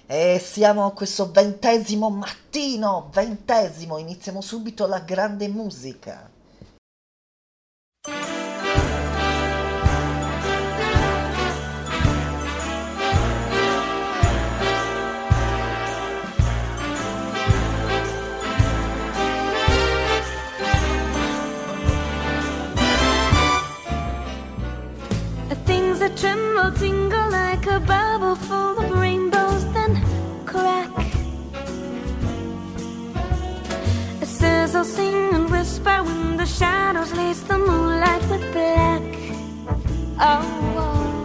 E siamo a questo 20° mattino, 20°, iniziamo subito la grande musica. Things that tremble, tingle like a bubble full of rainbows, then crack. A sizzle, sing and whisper when the shadows lace the moonlight with black. Oh,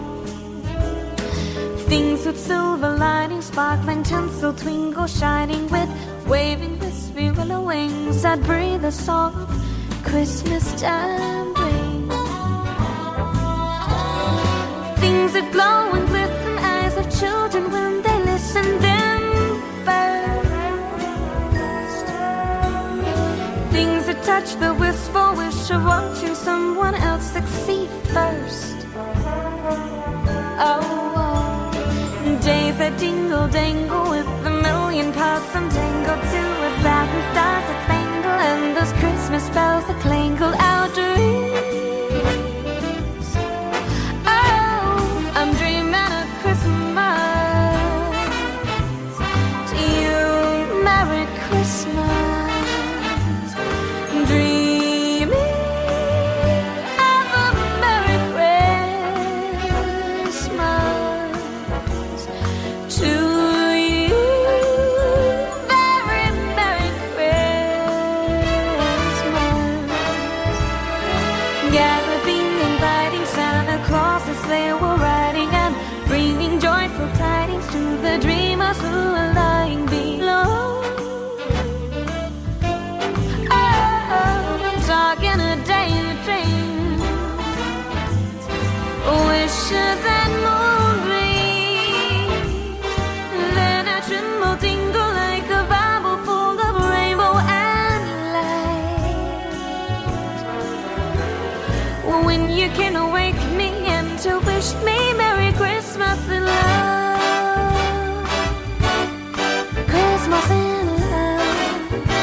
things with silver lining, sparkling tinsel, twinkle, shining with waving wispy willow wings that breathe a soft Christmas time bring. Things that glow and glisten, eyes of children when they listen, them burst. Things that touch the wistful wish of watching someone else succeed first. Oh, days that dingle dangle with a million parts untangled to a thousand stars that spangle and those Christmas bells that clangle our dreams. I'm dreaming of Christmas. To you, Merry Christmas. Dreaming of a Merry Christmas. To you, very Merry Christmas. Gather beaming, inviting Santa Claus as they were riding and bringing joyful tidings to the dreamers who are lying below. Oh, talking a daydream, wishes and moonbeams. Then I tremble, tingle like a Bible full of rainbow and light. When you can awaken me and to wish me Merry Christmas in love. Christmas in love.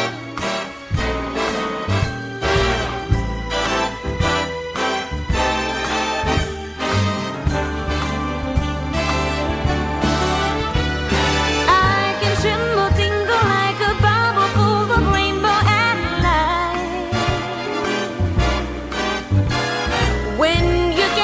I can tremble, tingle like a bubble full of rainbow and light. When you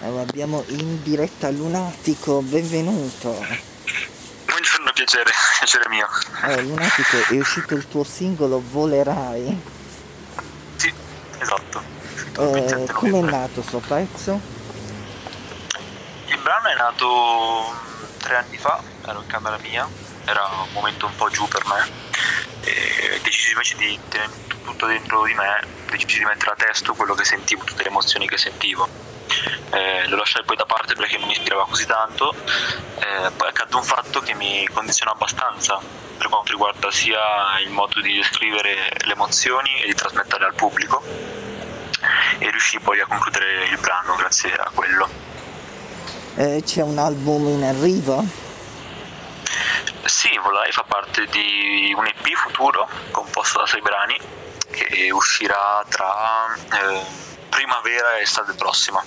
Allora, abbiamo in diretta Lunatico, benvenuto. Buongiorno, piacere mio. Lunatico, è uscito il tuo singolo Volerai. Sì, esatto. Come è nato sto pezzo? Il brano è nato 3 anni fa, ero in camera mia, era un momento un po' giù per me e decisi invece di tenere tutto dentro di me, decisi di mettere a testo quello che sentivo, tutte le emozioni che sentivo. Lo lasciai poi da parte perché non mi ispirava così tanto, poi accadde un fatto che mi condizionò abbastanza per quanto riguarda sia il modo di descrivere le emozioni e di trasmetterle al pubblico, e riuscii poi a concludere il brano grazie a quello. C'è un album in arrivo? Sì, Volai fa parte di un EP futuro composto da 6 brani che uscirà tra primavera e estate prossima.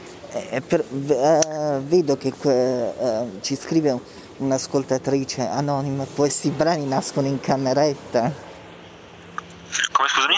Vedo che ci scrive un'ascoltatrice anonima, questi brani nascono in cameretta. Come, scusami?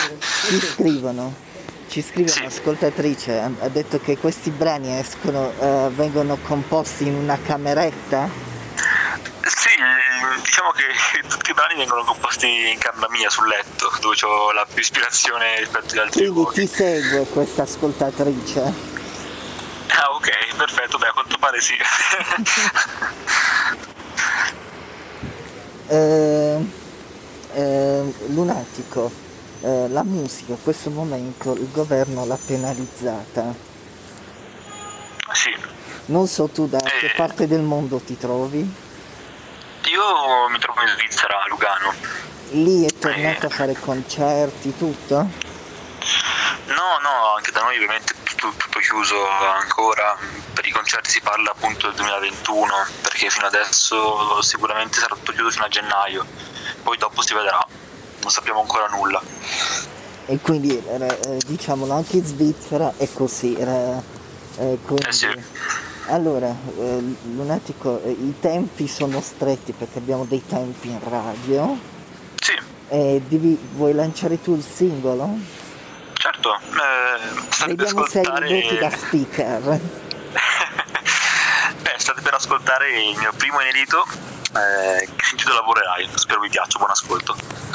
Ci scrive Sì. Un'ascoltatrice, ha detto che questi brani vengono composti in una cameretta. Sì, diciamo che tutti i brani vengono composti in camera mia, sul letto, dove ho la più ispirazione rispetto agli altri Quindi luoghi. ti segue questa ascoltatrice? Ah, ok, perfetto, beh, a quanto pare sì. Lunatico, la musica in questo momento il governo l'ha penalizzata. Sì. Non so tu da che parte del mondo ti trovi? Io mi trovo in Svizzera, a Lugano. Lì è tornato a fare concerti, tutto? No, anche da noi ovviamente tutto chiuso ancora. Per i concerti si parla appunto del 2021, perché fino adesso sicuramente sarà tutto chiuso fino a gennaio, poi dopo si vedrà, non sappiamo ancora nulla. E quindi diciamolo, anche in Svizzera è così. Quindi... Sì. Allora, Lunatico, i tempi sono stretti perché abbiamo dei tempi in radio. Sì. Vuoi lanciare tu il singolo? Certo, state per Vediamo se hai ascoltare... i voti da speaker. Beh, state per ascoltare il mio primo inedito che si intitola Volerai, spero vi piaccia, buon ascolto.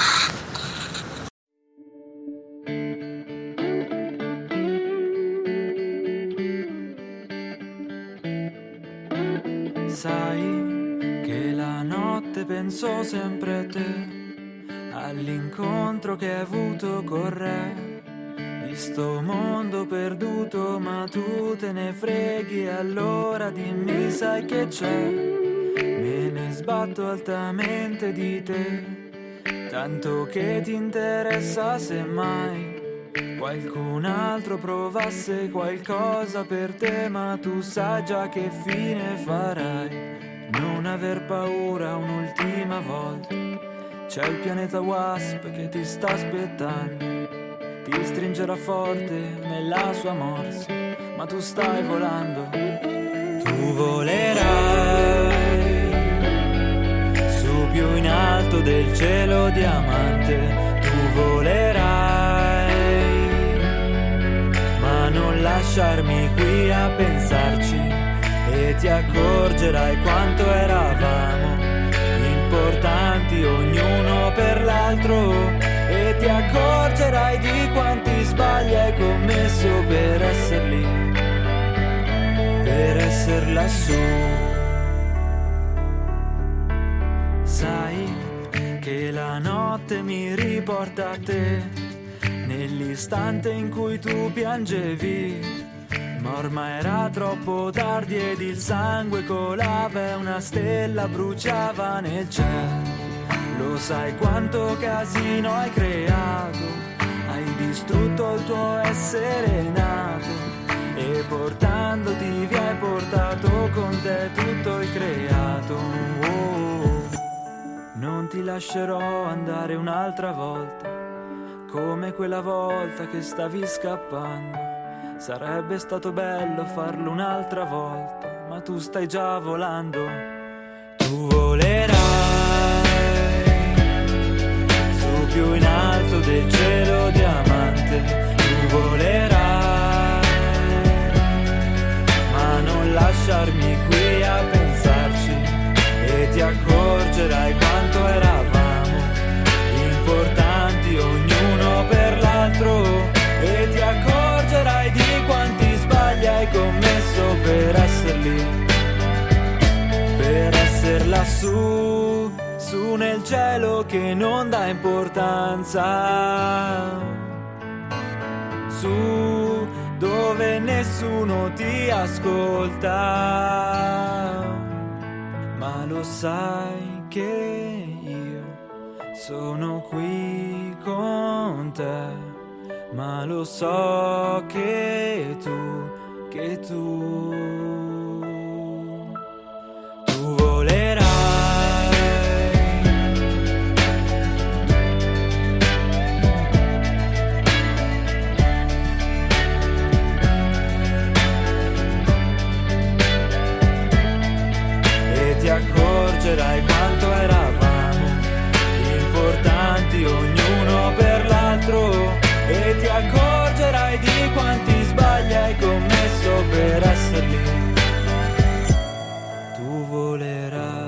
Sai che la notte penso sempre a te, all'incontro che hai avuto con re, di sto mondo perduto ma tu te ne freghi, allora dimmi sai che c'è, me ne sbatto altamente di te, tanto che ti interessa se mai qualcun altro provasse qualcosa per te, ma tu sai già che fine farai. Non aver paura un'ultima volta, c'è il pianeta Wasp che ti sta aspettando, ti stringerà forte nella sua morsa, ma tu stai volando. Tu volerai su più in alto del cielo diamante, tu volerai, ma non lasciarmi qui a pensarci, e ti accorgerai quanto eravamo importanti ognuno per l'altro, e ti accorgerai di quanti sbagli hai commesso per essere lì, per essere lassù. Sai che la notte mi riporta a te, nell'istante in cui tu piangevi, ma ormai era troppo tardi ed il sangue colava e una stella bruciava nel cielo. Lo sai quanto casino hai creato, hai distrutto il tuo essere nato, e portandoti via hai portato con te tutto il creato. Non ti lascerò andare un'altra volta, come quella volta che stavi scappando. Sarebbe stato bello farlo un'altra volta, ma tu stai già volando. Tu volerai su più in alto del cielo diamante, tu volerai, lassù, su nel cielo che non dà importanza, su dove nessuno ti ascolta. Ma lo sai che io sono qui con te, ma lo so che tu volerai. E ti accorgerai quanto eravamo importanti ognuno per l'altro, e ti accorgerai di quanti sbagli hai commesso per essere lì. Tu volerai.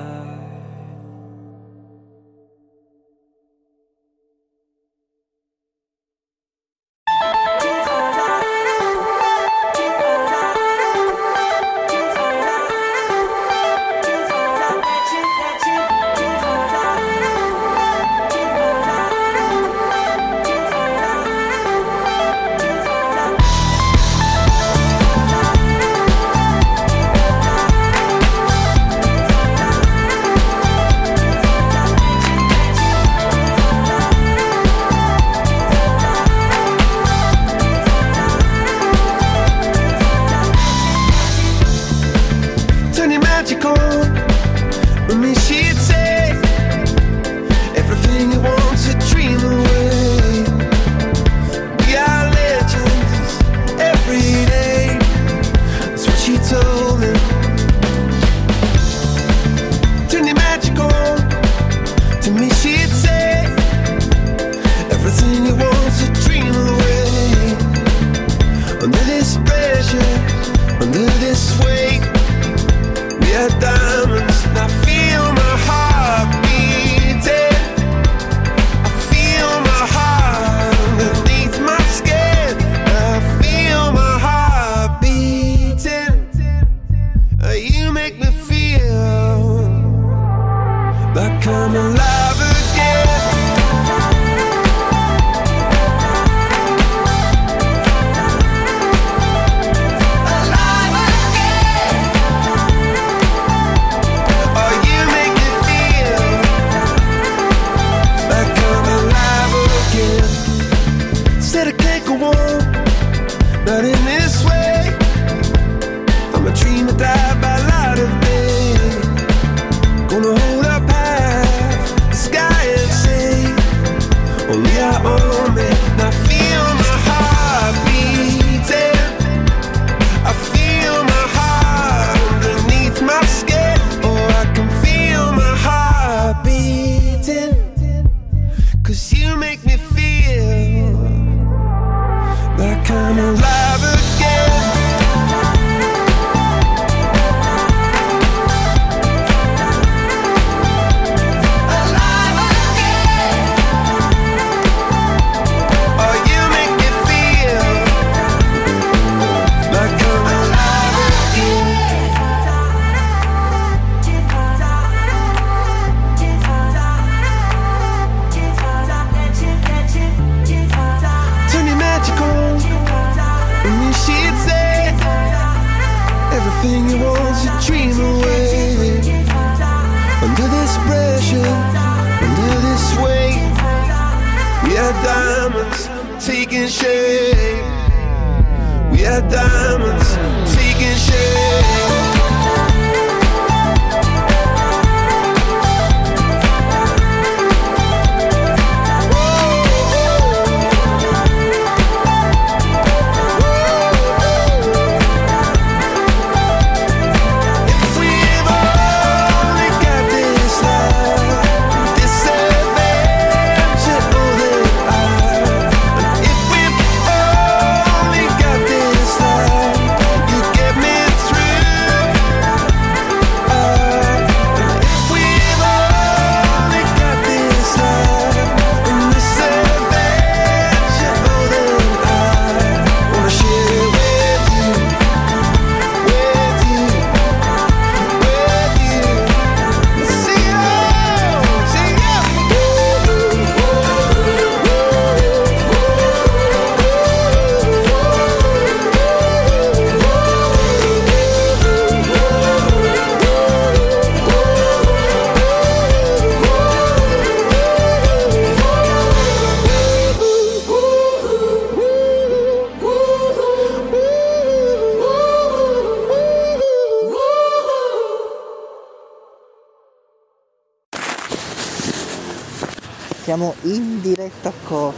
siamo in diretta con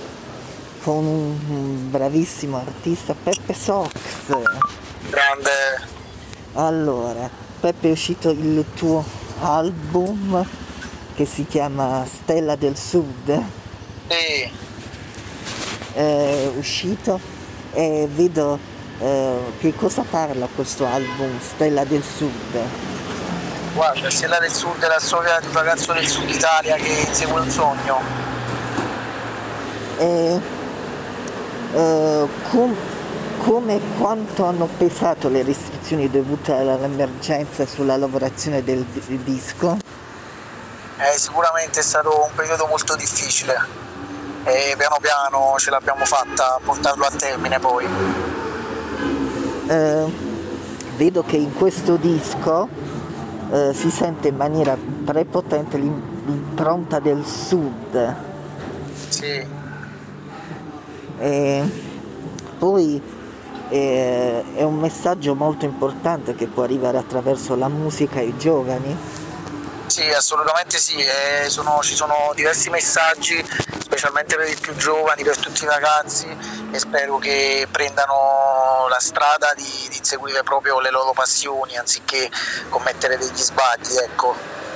un bravissimo artista, Peppe Sox. Grande. Allora, Peppe, è uscito il tuo album che si chiama Stella del Sud. Sì. È uscito e vedo che cosa parla questo album Stella del Sud. Guarda, Stella del Sud è la storia di un ragazzo del Sud Italia che insegue un sogno. Come e quanto hanno pesato le restrizioni dovute all'emergenza sulla lavorazione del disco? Sicuramente è stato un periodo molto difficile e piano piano ce l'abbiamo fatta a portarlo a termine poi. Vedo che in questo disco si sente in maniera prepotente l'impronta del Sud. Sì. Poi è un messaggio molto importante che può arrivare attraverso la musica ai giovani. Sì, assolutamente sì, ci sono diversi messaggi, specialmente per i più giovani, per tutti i ragazzi, e spero che prendano la strada di inseguire proprio le loro passioni anziché commettere degli sbagli, ecco.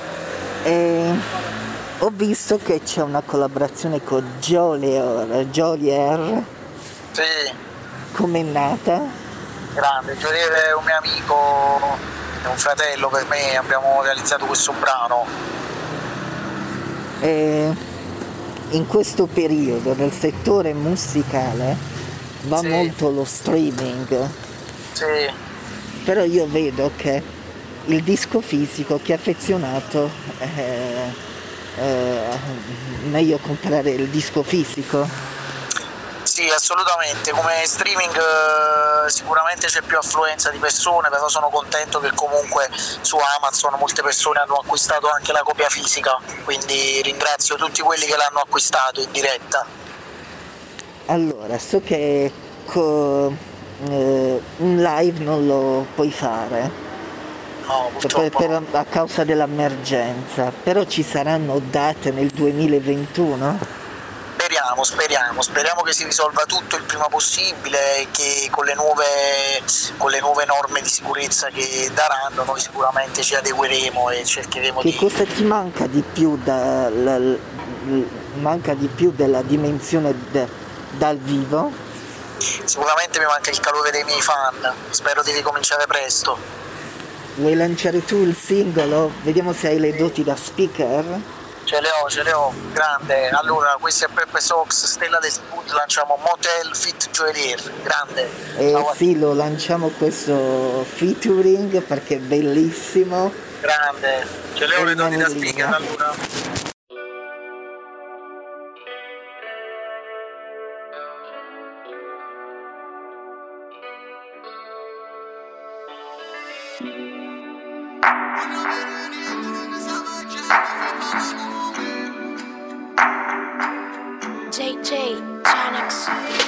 Ho visto che c'è una collaborazione con Jolier. Sì. Com'è nata? Grande, Jolier è un mio amico, è un fratello per me, abbiamo realizzato questo brano. In questo periodo nel settore musicale va sì. molto lo streaming. Sì. Però io vedo che il disco fisico, chi è affezionato, meglio comprare il disco fisico. Sì, assolutamente, come streaming sicuramente c'è più affluenza di persone, però sono contento che comunque su Amazon molte persone hanno acquistato anche la copia fisica, quindi ringrazio tutti quelli che l'hanno acquistato in diretta. Allora, so che un live non lo puoi fare, No, purtroppo a causa dell'emergenza, però ci saranno date nel 2021? Speriamo che si risolva tutto il prima possibile e che con le nuove norme di sicurezza che daranno noi sicuramente ci adegueremo e cercheremo Che cosa ti manca di più della dimensione dal vivo? Sicuramente mi manca il calore dei miei fan, spero di ricominciare presto. Vuoi lanciare tu il singolo? Vediamo se hai le doti da speaker. Ce le ho, grande. Allora, questo è Peppe Sox, Stella del Sud, lanciamo Motel Fit Jolier, grande. Sì, lo lanciamo questo featuring perché è bellissimo. Grande, ce le ho le doti da speaker allora. JJ Janix.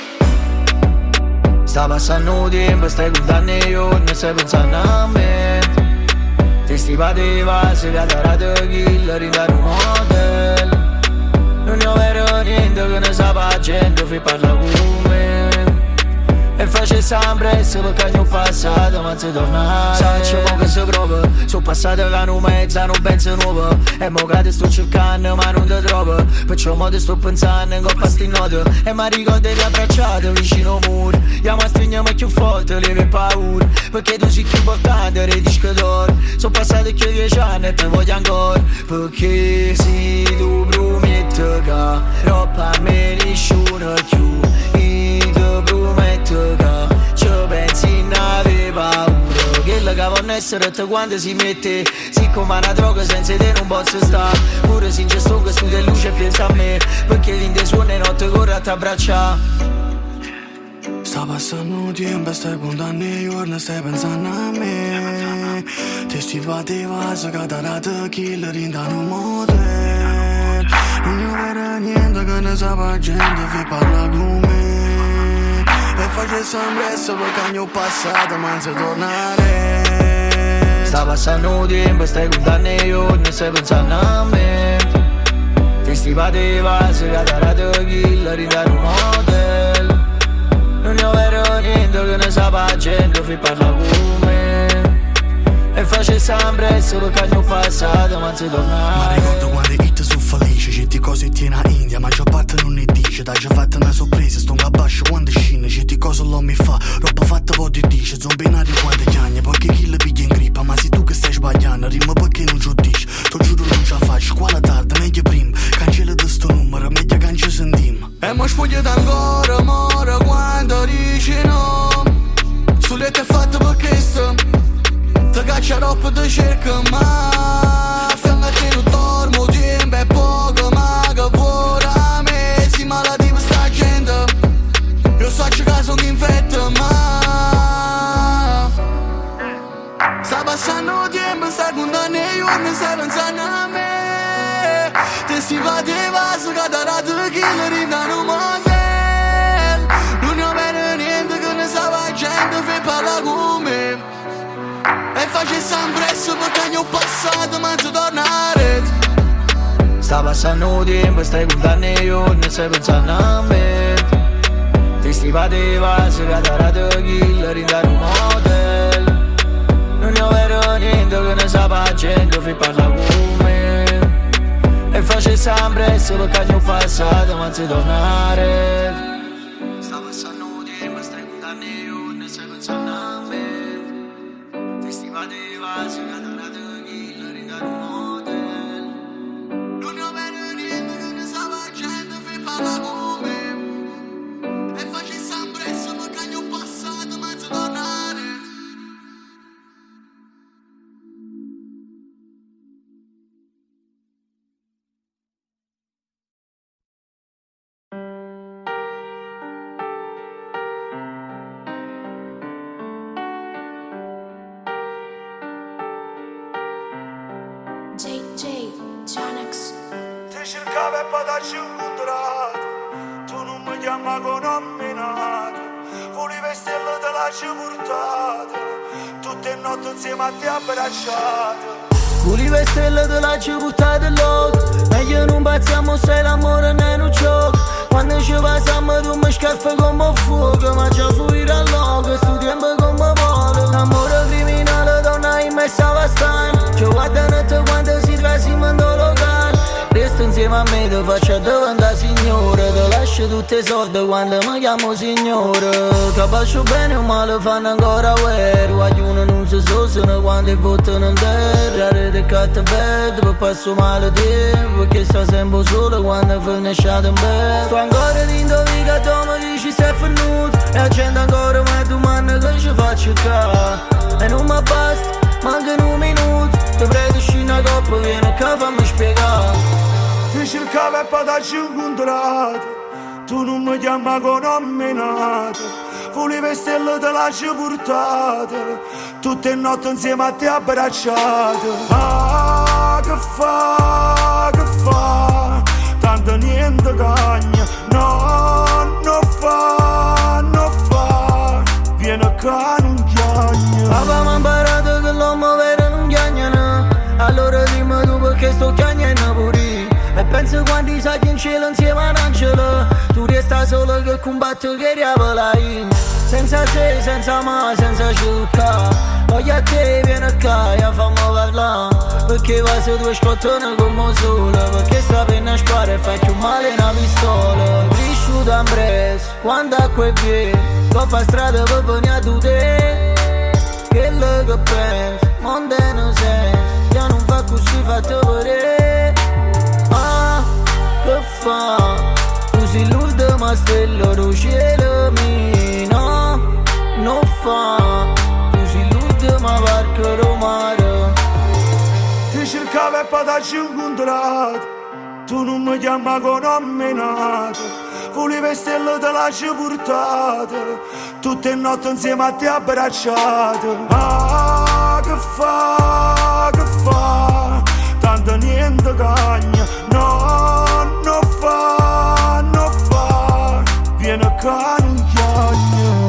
Sta passando tempo, stai contando i giorni, stai pensando a me. Ti stipate vasi, catarate killer, ridare un hotel. Non è vero niente che ne sa la gente, fi parla con me. E face sempre perché non passato, ma si torna. Facciamo che si prova, sono passate che hanno mezzo, non penso nuovo. E mo che ti sto cercando, ma non ti trovo. Perciò mo ti sto pensando in coppa sti note. E mi ricordo di abbracciate vicino al muro. Io mi stringiamo più forte, le paura. Perché tu sei più importante, re disco d'oro. Sono passati più 10 anni e te voglio ancora. Perché se tu prometti che troppo a me nessuno più. Io ti prometto che ci pensi in nave paura. Che la cavano essere te quando si mette. Siccome una droga senza te non posso stare. Pure se c'è sto che studia luce e pensa a me. Perché l'inde suona e notte corre a t'abbracciare. Sta passando tempo, stai contando i giorni, stai pensando a me. Ti stipate vaso, catarate killer, rindano motel. Non è vero niente che ne sa la gente, vi parla con me. E faccio sempre perché non ho passato, ma non si tornare. Sta passando tempo, stai contando i giorni, stai pensando a me. Ti poteva se catarato killer in un motel. Non è vero niente che ne sa la gente fi parla con me. E face sempre solo che hanno passato ma si torna. Ma ricordo quando i hit sono felici, certe cose tiene a India, ma già parte non ne dice. T'ha già fatto una sorpresa, sto a basso quando scende, certe cose lo mi fa, roba fatta poi ti dice, zombinario quando chiagna, poi che chi le piglia in grippa, ma sei tu che stai sbagliando, rima perché non ci dici, ti giuro non ce la faccio, quale tarda, meglio prima, cancella di sto numero, meglio che non ci sentiamo. E mo spogliate ancora, amore, quando dici no, sulle te fatte per questo. Ti caccia troppo ti cerco ma fiamma te non dormo, tempo è poco ma che fuori a me si malati per sta gente. Io so che sono infetto ma sta passando tempo, sta contando i giorni, stai pensando a me. Te si poteva se catarato killer in un motel. Non è vero niente che ne sa la gente fi parla con me. E face sempre perché ne ho passato ma ci tornare. Sta passando tempo, stai contando i giorni, stai pensando a me. Ti sti poteva se catarato killer in un motel. Non è vero niente che ne sa la gente fi parla con me. E face sempre perché ne ho passato ma ci tornare. Sta passando tempo, stai contando i giorni, stai pensando a me. Poteva si catarato killer in un motel. Non è vero niente che ne sa la gente fi parla con me. E face sempre perché ne ho passato ma ci tornare. JJ, Janex. Ti cercavo e poi dacci un contratto. Tu non mi chiama con nominato. Volevi stelle te lasci portato. Tutte le notti insieme a te abbracciato. Volevi stelle te lasci portato l'occhio. Meglio non pazziamo se l'amore non è un gioco. Quando ci passiamo tu mi scaffi come fuoco. Ma già fuori dal loco, sto tempo come vuole. L'amore criminale donna in me stava stando. Ci guardano te quando si trasima in locale. Resto insieme a me, ti faccio diventare signore. Ti lascio tutti i soldi quando mi chiamo signore. Capace bene o male fanno ancora guerra. Ognuno non si sostiene quando votano in terra. Rete catta verde per passo male tempo. Perché sta sempre solo quando finisce in bed. Sto ancora dentro che tu mi dici sei venuto. E accendo ancora una domanda che ci faccio ca. E non mi basta, mancano un minuto. Ti prego usci una coppa, vieni che fammi spiegare. Ti cercavo e poi dacci un contratto. Tu non mi chiama con nominato. Volevi stelle te lasci portate. Tutte le notti insieme a te abbracciate. Ah, che fa, che fa. Tanto niente cagna. No, non fa, non fa. Vieni qua non chiagna. Avevamo imparato che l'uomo vero non chiagna. Allora dimmi tu perché sto chiagnando pure. E penso quando sai che in cielo insieme a un angelo. Tu resta solo che combatto che riavolai. Senza te, senza me, senza ciucca. Voglio a te, vieni qua e fammi parlare. Perché va se due scottone come sole. Perché sta penna spara e fa più male una pistola. Cresciuto in preso, quando acqua è via. Che fa strada per venire a tu te. Quello che penso, mondo non senso. Io non fa così fatto vedere. Ah, che fa? Tu sei l'ultima stella del cielo mio. Non fa. Tu sei l'ultima barca del mare. Ti cercavo e poi dacci un contratto. Tu non mi chiama con nominato. Volevi stelle te lasci portate. Tutte le notti insieme a te abbracciate. Ah, che fa, che fa. Tanto niente cagna. No, non fa, non fa. Vieni qua non chiagna.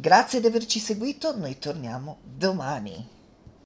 Grazie di averci seguito, noi torniamo domani.